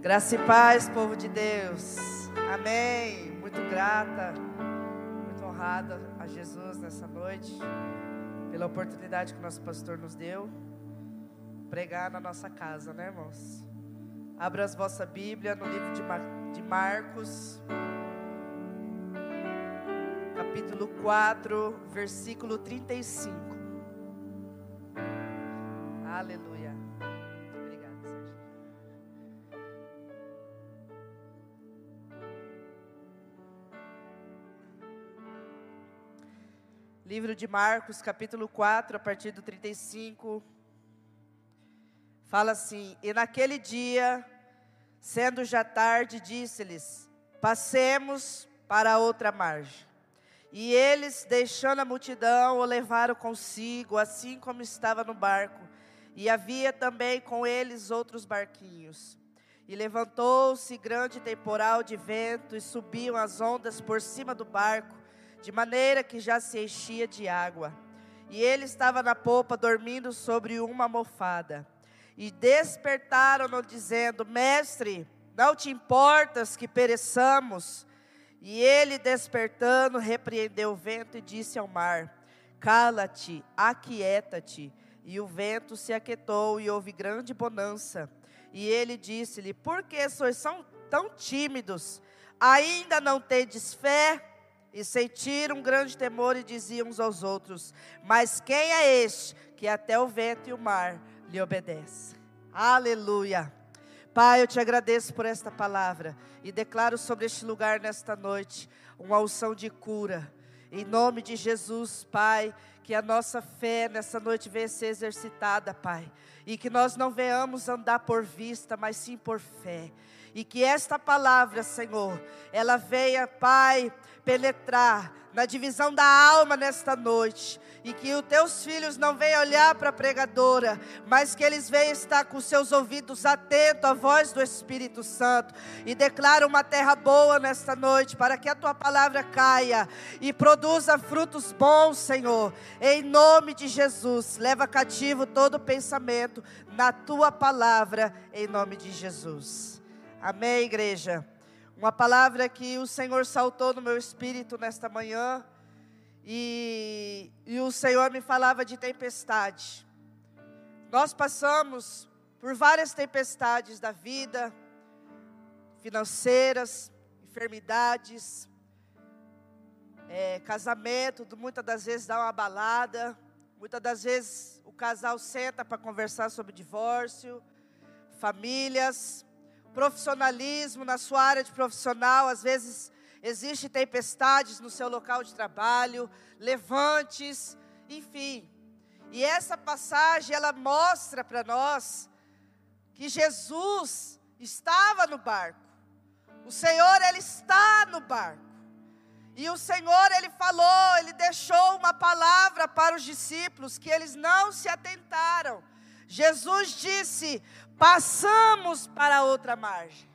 Graça e paz, povo de Deus. Amém. Muito grata, muito honrada a Jesus nessa noite, pela oportunidade que o nosso pastor nos deu, pregar na nossa casa, né, irmãos? Abra as vossa Bíblia no livro de Marcos, capítulo 4, versículo 35. Aleluia. Obrigada, Sérgio. Livro de Marcos, capítulo 4, a partir do 35. Fala assim: E naquele dia, sendo já tarde, disse-lhes: Passemos para a outra margem. E eles, deixando a multidão, o levaram consigo, assim como estava no barco. E havia também com eles outros barquinhos. E levantou-se grande temporal de vento, e subiam as ondas por cima do barco, de maneira que já se enchia de água. E ele estava na popa, dormindo sobre uma almofada. E despertaram-no, dizendo: Mestre, não te importas que pereçamos? E ele, despertando, repreendeu o vento e disse ao mar: Cala-te, aquieta-te. E o vento se aquietou, e houve grande bonança. E ele disse-lhe: Por que sois tão tímidos? Ainda não tendes fé? E sentiram um grande temor, e diziam uns aos outros: Mas quem é este, que até o vento e o mar lhe obedecem? Aleluia! Pai, eu te agradeço por esta palavra, e declaro sobre este lugar nesta noite uma unção de cura. Em nome de Jesus, Pai, que a nossa fé nessa noite venha ser exercitada, Pai. E que nós não venhamos andar por vista, mas sim por fé. E que esta palavra, Senhor, ela venha, Pai, penetrar na divisão da alma nesta noite. E que os teus filhos não venham olhar para a pregadora, mas que eles venham estar com seus ouvidos atentos à voz do Espírito Santo. E declaro uma terra boa nesta noite, para que a tua palavra caia e produza frutos bons, Senhor. Em nome de Jesus, leva cativo todo pensamento na tua palavra, em nome de Jesus. Amém, igreja? Uma palavra que o Senhor saltou no meu espírito nesta manhã. E o Senhor me falava de tempestade. Nós passamos por várias tempestades da vida, financeiras, enfermidades, casamento, muitas das vezes dá uma balada, muitas das vezes o casal senta para conversar sobre divórcio, famílias, profissionalismo na sua área de profissional, às vezes existem tempestades no seu local de trabalho, levantes, enfim. E essa passagem, ela mostra para nós que Jesus estava no barco. O Senhor, Ele está no barco. E o Senhor, Ele falou, Ele deixou uma palavra para os discípulos, que eles não se atentaram. Jesus disse: passamos para outra margem.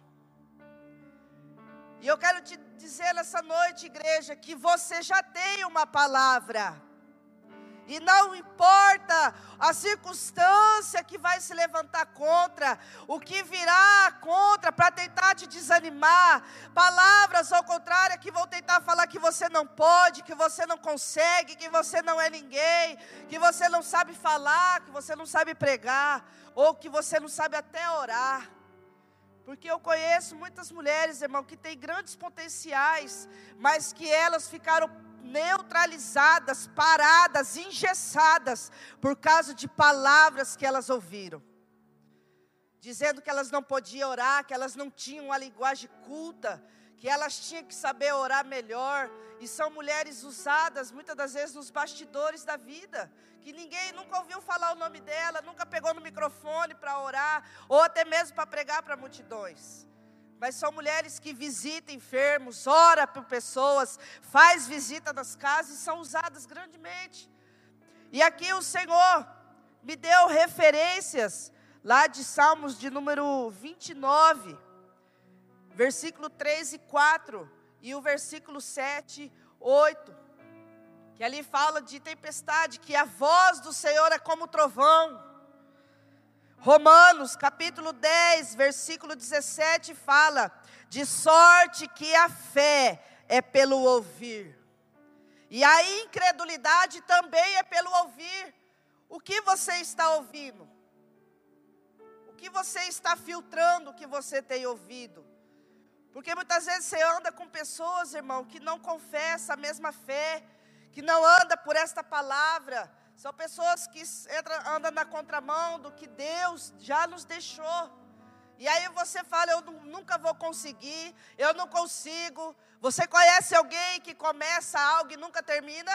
E eu quero te dizer nessa noite, igreja, que você já tem uma palavra. E não importa a circunstância que vai se levantar contra, o que virá contra para tentar te desanimar, palavras ao contrário que vão tentar falar que você não pode, que você não consegue, que você não é ninguém, que você não sabe falar, que você não sabe pregar, ou que você não sabe até orar. Porque eu conheço muitas mulheres, irmão, que têm grandes potenciais, mas que elas ficaram neutralizadas, paradas, engessadas, por causa de palavras que elas ouviram. Dizendo que elas não podiam orar, que elas não tinham uma linguagem culta, que elas tinham que saber orar melhor. E são mulheres usadas, muitas das vezes, nos bastidores da vida, que ninguém nunca ouviu falar o nome dela, nunca pegou no microfone para orar, ou até mesmo para pregar para multidões. Mas são mulheres que visitam enfermos, oram por pessoas, faz visita nas casas e são usadas grandemente. E aqui o Senhor me deu referências, lá de Salmos de número 29, versículo 3 e 4, e o versículo 7, 8, que ali fala de tempestade, que a voz do Senhor é como trovão. Romanos capítulo 10, versículo 17 fala: de sorte que a fé é pelo ouvir, e a incredulidade também é pelo ouvir. O que você está ouvindo? O que você está filtrando o que você tem ouvido? Porque muitas vezes você anda com pessoas, irmão, que não confessam a mesma fé, que não anda por esta palavra. São pessoas que andam na contramão do que Deus já nos deixou. E aí você fala: eu nunca vou conseguir, eu não consigo. Você conhece alguém que começa algo e nunca termina?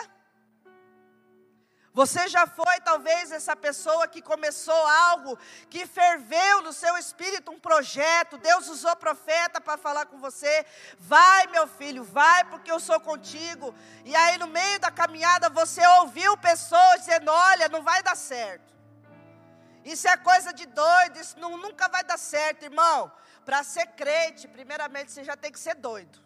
Você já foi talvez essa pessoa que começou algo, que ferveu no seu espírito um projeto, Deus usou profeta para falar com você: vai meu filho, vai porque eu sou contigo. E aí no meio da caminhada você ouviu pessoas dizendo: olha, não vai dar certo. Isso é coisa de doido, isso nunca vai dar certo, irmão. Para ser crente, primeiramente você já tem que ser doido.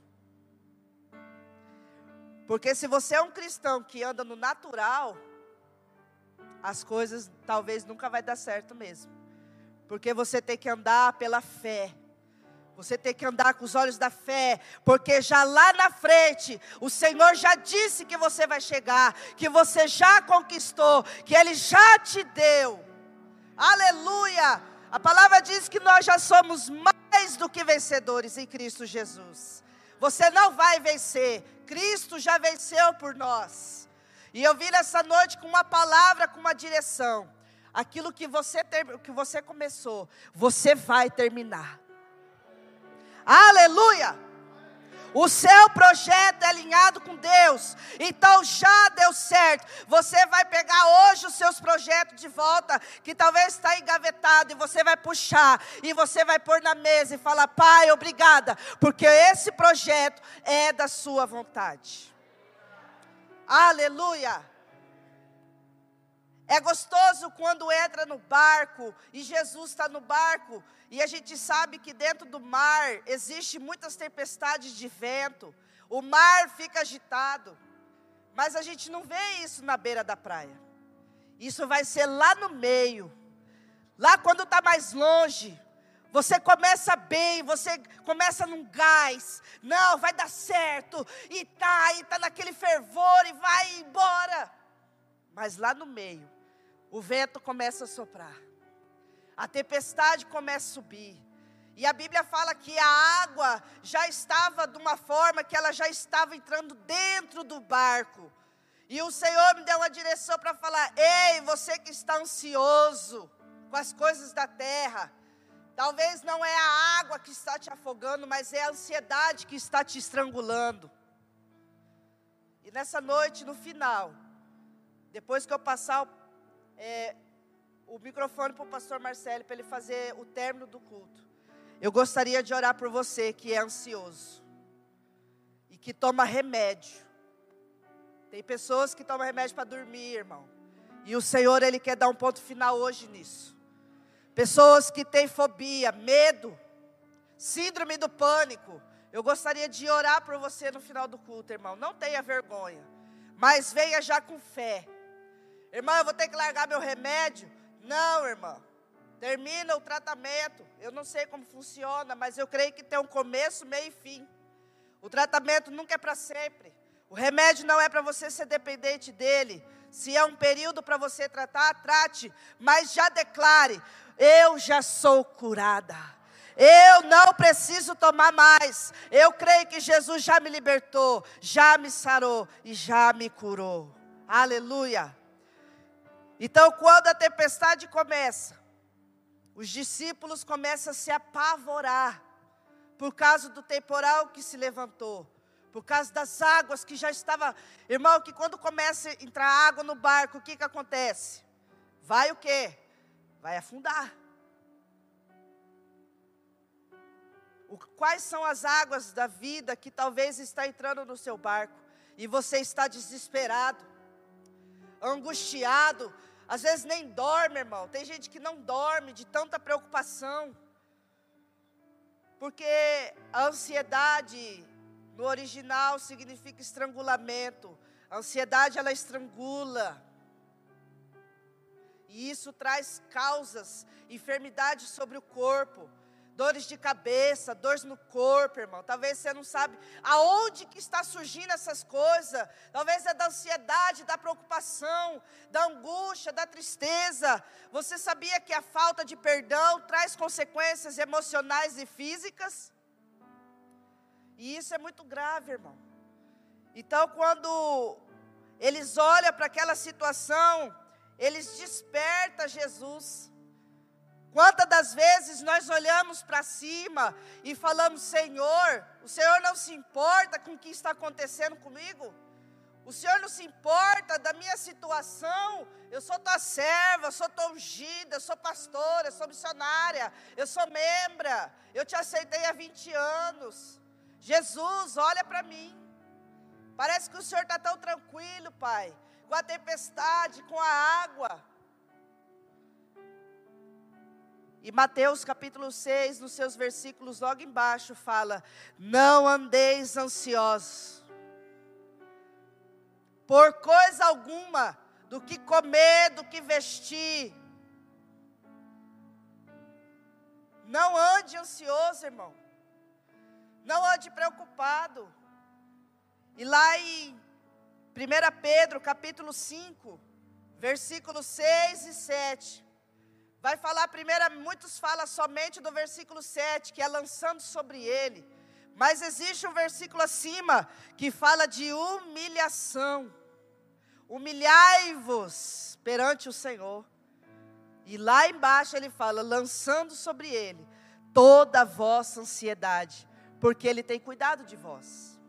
Porque se você é um cristão que anda no natural, as coisas talvez nunca vai dar certo mesmo. Porque você tem que andar pela fé. Você tem que andar com os olhos da fé. Porque já lá na frente, o Senhor já disse que você vai chegar, que você já conquistou, que Ele já te deu. Aleluia! A palavra diz que nós já somos mais do que vencedores em Cristo Jesus. Você não vai vencer, Cristo já venceu por nós. E eu vim nessa noite com uma palavra, com uma direção. Aquilo que você começou, você vai terminar. Aleluia! O seu projeto é alinhado com Deus. Então já deu certo. Você vai pegar hoje os seus projetos de volta, que talvez está engavetado, e você vai puxar, e você vai pôr na mesa e falar: Pai, obrigada, porque esse projeto é da sua vontade. Aleluia! É gostoso quando entra no barco, e Jesus está no barco, e a gente sabe que dentro do mar existe muitas tempestades de vento, o mar fica agitado, mas a gente não vê isso na beira da praia. Isso vai ser lá no meio, lá quando está mais longe. Você começa bem, você começa num gás, não, vai dar certo, e tá naquele fervor, e vai embora. Mas lá no meio, o vento começa a soprar, a tempestade começa a subir, e a Bíblia fala que a água já estava de uma forma que ela já estava entrando dentro do barco. E o Senhor me deu uma direção para falar: ei, você que está ansioso com as coisas da terra, talvez não é a água que está te afogando, mas é a ansiedade que está te estrangulando. E nessa noite, no final, depois que eu passar o microfone para o pastor Marcelo, para ele fazer o término do culto, eu gostaria de orar por você que é ansioso e que toma remédio. Tem pessoas que tomam remédio para dormir, irmão, e o Senhor, Ele quer dar um ponto final hoje nisso. Pessoas que têm fobia, medo, síndrome do pânico. Eu gostaria de orar por você no final do culto, irmão. Não tenha vergonha, mas venha já com fé. Irmão, eu vou ter que largar meu remédio? Não, irmão. Termina o tratamento. Eu não sei como funciona, mas eu creio que tem um começo, meio e fim. O tratamento nunca é para sempre. O remédio não é para você ser dependente dele. Se é um período para você tratar, trate. Mas já declare: eu já sou curada. Eu não preciso tomar mais. Eu creio que Jesus já me libertou, já me sarou e já me curou. Aleluia. Então, quando a tempestade começa, os discípulos começam a se apavorar, por causa do temporal que se levantou, por causa das águas que já estava. Irmão, que quando começa a entrar água no barco, o que acontece? Vai o quê? Vai afundar. Quais são as águas da vida que talvez está entrando no seu barco, e você está desesperado, angustiado, às vezes nem dorme, irmão. Tem gente que não dorme de tanta preocupação, porque a ansiedade, no original, significa estrangulamento. A ansiedade, ela estrangula. E isso traz causas, enfermidades sobre o corpo, dores de cabeça, dores no corpo, irmão. Talvez você não sabe aonde que está surgindo essas coisas. Talvez é da ansiedade, da preocupação, da angústia, da tristeza. Você sabia que a falta de perdão traz consequências emocionais e físicas? E isso é muito grave, irmão. Então, quando eles olham para aquela situação, eles despertam Jesus. Quantas das vezes nós olhamos para cima e falamos: Senhor, o Senhor não se importa com o que está acontecendo comigo? O Senhor não se importa da minha situação? Eu sou tua serva, eu sou tua ungida, eu sou pastora, eu sou missionária, eu sou membra, eu te aceitei há 20 anos. Jesus, olha para mim. Parece que o Senhor está tão tranquilo, Pai, com a tempestade, com a água. E Mateus capítulo 6, nos seus versículos logo embaixo, fala: não andeis ansiosos por coisa alguma, do que comer, do que vestir. Não ande ansioso, irmão. Não ande preocupado. E lá em 1 Pedro capítulo 5, versículos 6 e 7... vai falar primeiro, muitos falam somente do versículo 7, que é lançando sobre ele. Mas existe um versículo acima, que fala de humilhação. Humilhai-vos perante o Senhor. E lá embaixo ele fala, lançando sobre ele toda a vossa ansiedade, porque ele tem cuidado de vós.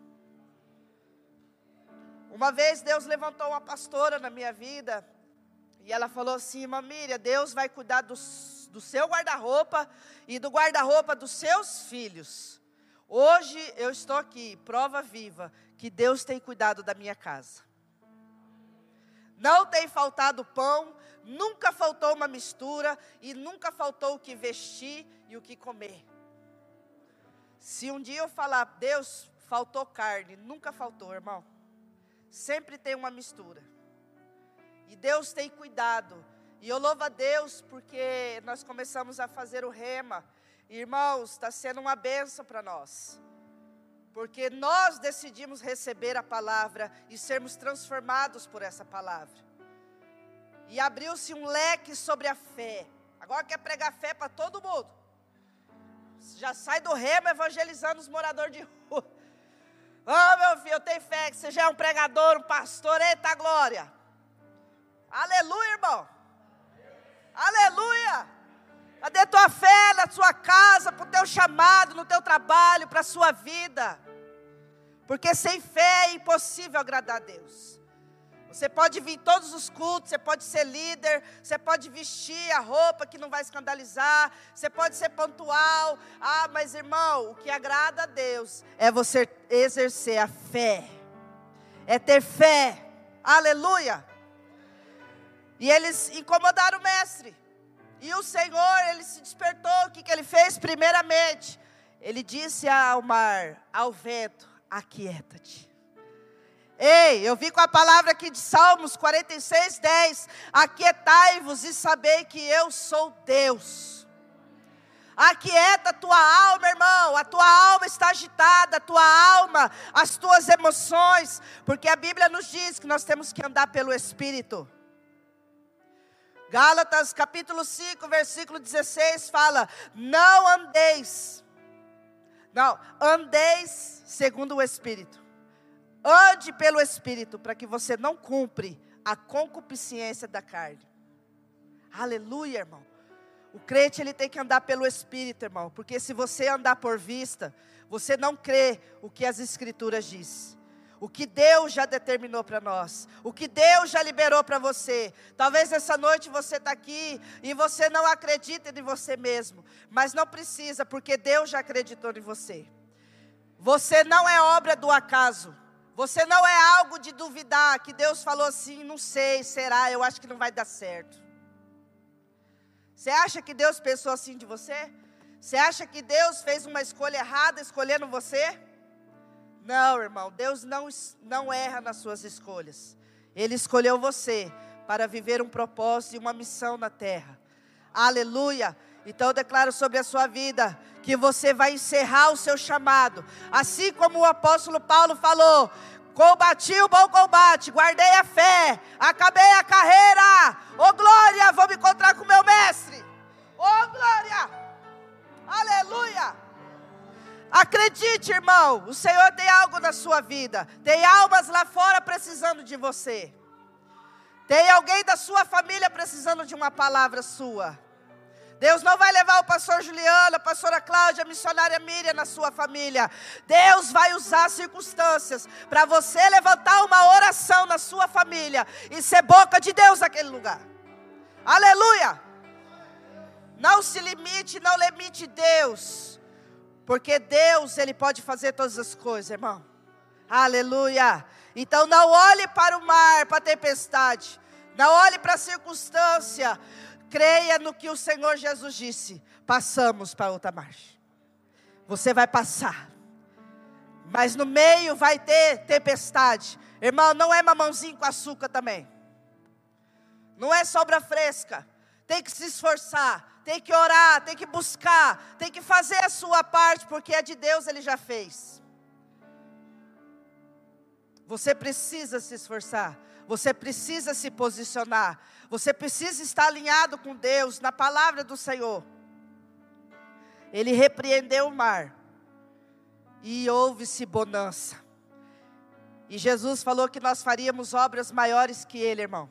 Uma vez Deus levantou uma pastora na minha vida, e ela falou assim: irmã Miriam, Deus vai cuidar do seu guarda-roupa e do guarda-roupa dos seus filhos. Hoje eu estou aqui, prova viva, que Deus tem cuidado da minha casa. Não tem faltado pão, nunca faltou uma mistura e nunca faltou o que vestir e o que comer. Se um dia eu falar, Deus, faltou carne, nunca faltou, irmão. Sempre tem uma mistura. E Deus tem cuidado. E eu louvo a Deus porque nós começamos a fazer o rema. Irmãos, está sendo uma bênção para nós. Porque nós decidimos receber a palavra e sermos transformados por essa palavra. E abriu-se um leque sobre a fé. Agora quer pregar fé para todo mundo. Já sai do rema evangelizando os moradores de rua. Oh, meu filho, eu tenho fé que você já é um pregador, um pastor. Eita glória! Aleluia, irmão. Aleluia. Cadê tua fé na sua casa, para o teu chamado, no teu trabalho, para a sua vida? Porque sem fé é impossível agradar a Deus. Você pode vir em todos os cultos, você pode ser líder, você pode vestir a roupa que não vai escandalizar, você pode ser pontual. Ah, mas irmão, o que agrada a Deus é você exercer a fé. É ter fé. Aleluia. E eles incomodaram o mestre. E o Senhor, ele se despertou. O que ele fez? Primeiramente, ele disse ao mar, ao vento: aquieta-te. Ei, eu vi com a palavra aqui de Salmos 46, 10. Aquietai-vos e sabei que eu sou Deus. Aquieta a tua alma, irmão. A tua alma está agitada, a tua alma, as tuas emoções. Porque a Bíblia nos diz que nós temos que andar pelo Espírito. Gálatas capítulo 5, versículo 16 fala: não andeis. Não, andeis segundo o Espírito. Ande pelo Espírito, para que você não cumpre a concupiscência da carne. Aleluia, irmão. O crente, ele tem que andar pelo Espírito, irmão. Porque se você andar por vista, você não crê o que as Escrituras dizem. O que Deus já determinou para nós. O que Deus já liberou para você. Talvez essa noite você está aqui e você não acredita em você mesmo. Mas não precisa, porque Deus já acreditou em você. Você não é obra do acaso. Você não é algo de duvidar, que Deus falou assim, não sei, será, eu acho que não vai dar certo. Você acha que Deus pensou assim de você? Você acha que Deus fez uma escolha errada escolhendo você? Não, irmão, Deus não erra nas suas escolhas. Ele escolheu você para viver um propósito e uma missão na terra. Aleluia! Então eu declaro sobre a sua vida que você vai encerrar o seu chamado. Assim como o apóstolo Paulo falou: combati o bom combate, guardei a fé, acabei a carreira. Oh glória, vou me encontrar com o meu mestre. Oh glória! Aleluia! Acredite, irmão, o Senhor tem algo na sua vida. Tem almas lá fora precisando de você. Tem alguém da sua família precisando de uma palavra sua. Deus não vai levar o pastor Juliano, a pastora Cláudia, a missionária Miriam na sua família. Deus vai usar circunstâncias para você levantar uma oração na sua família e ser boca de Deus naquele lugar. Aleluia! Não se limite, não limite Deus. Porque Deus, Ele pode fazer todas as coisas, irmão. Aleluia! Então não olhe para o mar, para a tempestade. Não olhe para a circunstância. Creia no que o Senhor Jesus disse. Passamos para outra margem. Você vai passar. Mas no meio vai ter tempestade. Irmão, não é mamãozinho com açúcar também. Não é sobra fresca. Tem que se esforçar. Tem que orar, tem que buscar. Tem que fazer a sua parte. Porque é de Deus, Ele já fez. Você precisa se esforçar. Você precisa se posicionar. Você precisa estar alinhado com Deus, na palavra do Senhor. Ele repreendeu o mar. E houve-se bonança. E Jesus falou que nós faríamos obras maiores que Ele, irmão.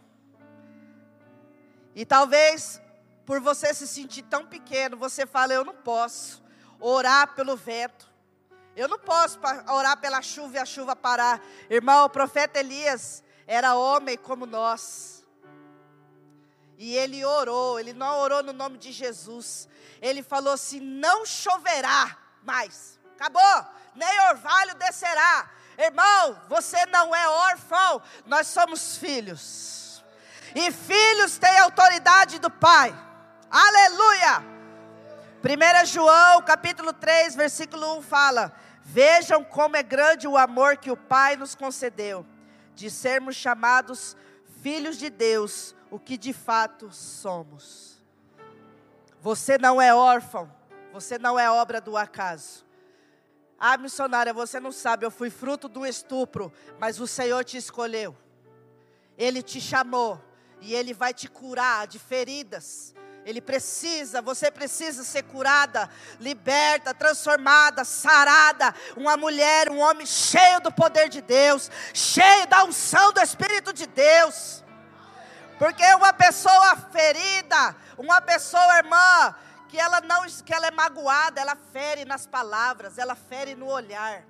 E talvez, por você se sentir tão pequeno, você fala: eu não posso orar pelo vento. Eu não posso orar pela chuva e a chuva parar. Irmão, o profeta Elias era homem como nós. E ele orou, ele não orou no nome de Jesus. Ele falou assim: não choverá mais. Acabou, nem orvalho descerá. Irmão, você não é órfão, nós somos filhos. E filhos têm autoridade do Pai. Aleluia! 1 João capítulo 3, versículo 1 fala: vejam como é grande o amor que o Pai nos concedeu, de sermos chamados filhos de Deus, o que de fato somos. Você não é órfão, você não é obra do acaso. Ah, missionária, você não sabe, eu fui fruto do estupro, mas o Senhor te escolheu. Ele te chamou, e Ele vai te curar de feridas. Você precisa ser curada, liberta, transformada, sarada. Uma mulher, um homem cheio do poder de Deus, cheio da unção do Espírito de Deus. Porque uma pessoa ferida, uma pessoa, irmã, que ela é magoada, ela fere nas palavras, ela fere no olhar.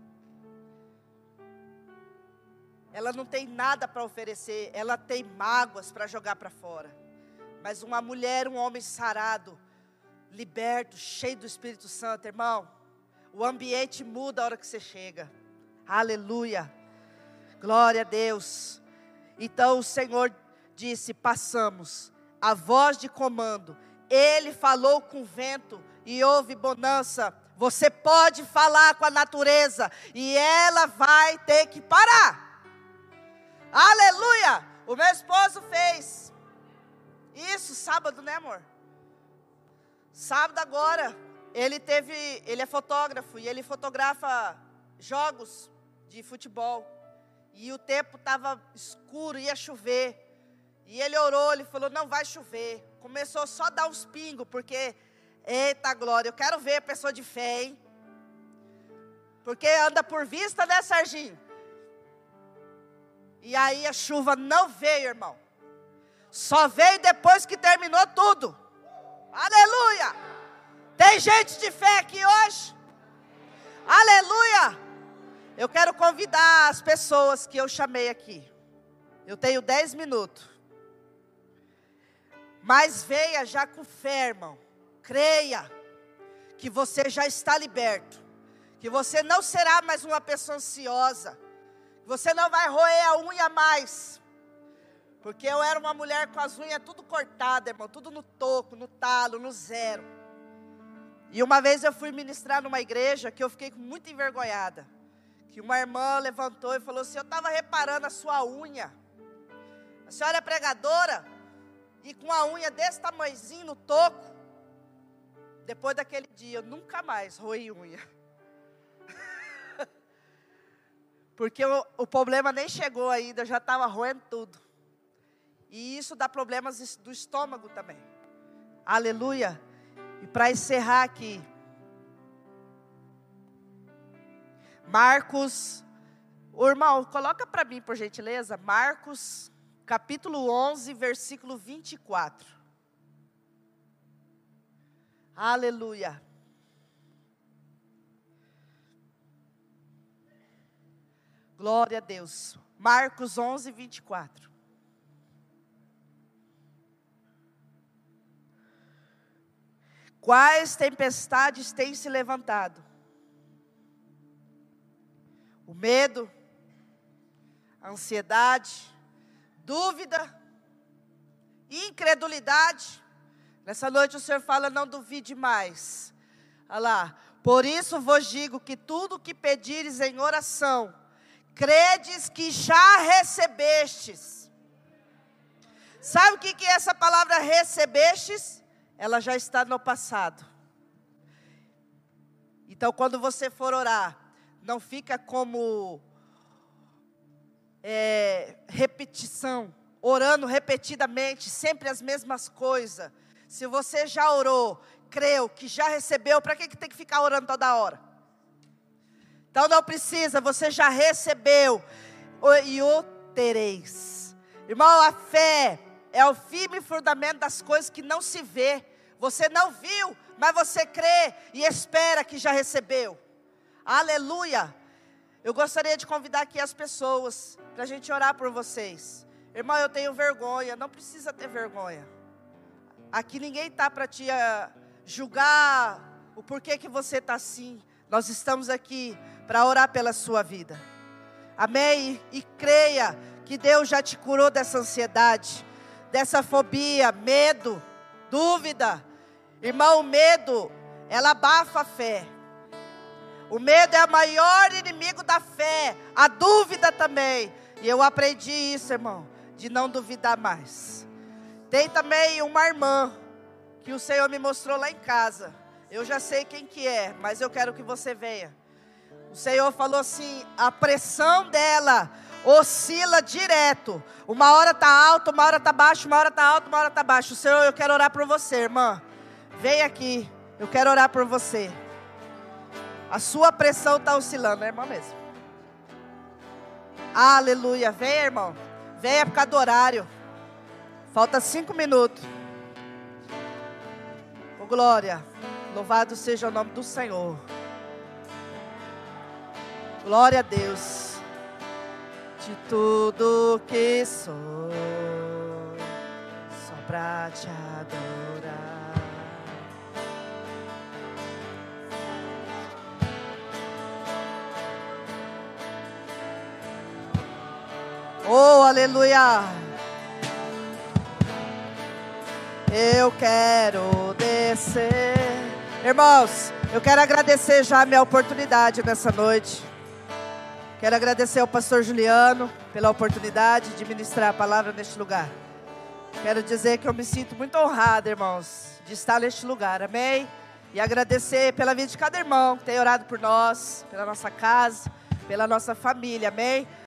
Ela não tem nada para oferecer, ela tem mágoas para jogar para fora. Mas uma mulher, um homem sarado, liberto, cheio do Espírito Santo, irmão, o ambiente muda a hora que você chega. Aleluia. Glória a Deus. Então o Senhor disse: passamos. A voz de comando. Ele falou com o vento e houve bonança. Você pode falar com a natureza e ela vai ter que parar. Aleluia. O meu esposo fez isso sábado, né, amor? Sábado agora, ele é fotógrafo e ele fotografa jogos de futebol. E o tempo estava escuro, ia chover. E ele orou, ele falou: não vai chover. Começou só a dar uns pingos, porque, eita glória, eu quero ver a pessoa de fé, hein? Porque anda por vista, né, Serginho? E aí a chuva não veio, irmão. Só veio depois que terminou tudo. Aleluia! Tem gente de fé aqui hoje? Aleluia! Eu quero convidar as pessoas que eu chamei aqui. Eu tenho 10 minutos. Mas venha já com fé, irmão. Creia que você já está liberto. Que você não será mais uma pessoa ansiosa. Você não vai roer a unha mais. Porque eu era uma mulher com as unhas tudo cortadas, irmão. Tudo no toco, no talo, no zero. E uma vez eu fui ministrar numa igreja que eu fiquei muito envergonhada. Que uma irmã levantou e falou assim: eu estava reparando a sua unha. A senhora é pregadora e com a unha desse tamanhozinho no toco. Depois daquele dia, eu nunca mais roí unha. Porque o problema nem chegou ainda, eu já estava roendo tudo. E isso dá problemas do estômago também. Aleluia. E para encerrar aqui, Marcos, irmão, coloca para mim por gentileza, Marcos capítulo 11, versículo 24. Aleluia. Glória a Deus. Marcos 11, 24. Quais tempestades têm se levantado? O medo, a ansiedade, dúvida, incredulidade. Nessa noite o Senhor fala, não duvide mais. Olha lá. Por isso vos digo que tudo o que pedires em oração, credes que já recebestes. Sabe o que é essa palavra recebestes? Ela já está no passado. Então quando você for orar, não fica como repetição, orando repetidamente, sempre as mesmas coisas. Se você já orou, creu que já recebeu, para que tem que ficar orando toda hora? Então não precisa, você já recebeu, e o tereis. Irmão, a fé é o firme fundamento das coisas que não se vê. Você não viu, mas você crê e espera que já recebeu. Aleluia. Eu gostaria de convidar aqui as pessoas para a gente orar por vocês. Irmão, eu tenho vergonha. Não precisa ter vergonha. Aqui ninguém está para te julgar o porquê que você está assim. Nós estamos aqui para orar pela sua vida. Amém? E creia que Deus já te curou dessa ansiedade, dessa fobia, medo, dúvida. Irmão, o medo, ela abafa a fé. O medo é o maior inimigo da fé. A dúvida também. E eu aprendi isso, irmão, de não duvidar mais. Tem também uma irmã que o Senhor me mostrou lá em casa. Eu já sei quem que é, mas eu quero que você venha. O Senhor falou assim, a pressão dela oscila direto. Uma hora está alta, uma hora está baixo, uma hora está alta, uma hora está baixo. Senhor, eu quero orar por você, irmã. Vem aqui, eu quero orar por você. A sua pressão está oscilando, é irmã mesmo. Aleluia, venha, irmão. Venha por causa do horário. Falta 5 minutos. Oh, glória. Louvado seja o nome do Senhor. Glória a Deus. De tudo que sou, só pra te adorar. Oh, aleluia. Eu quero descer. Irmãos, eu quero agradecer já a minha oportunidade nessa noite. Quero agradecer ao pastor Juliano pela oportunidade de ministrar a palavra neste lugar. Quero dizer que eu me sinto muito honrado, irmãos, de estar neste lugar, amém? E agradecer pela vida de cada irmão que tem orado por nós, pela nossa casa, pela nossa família, amém?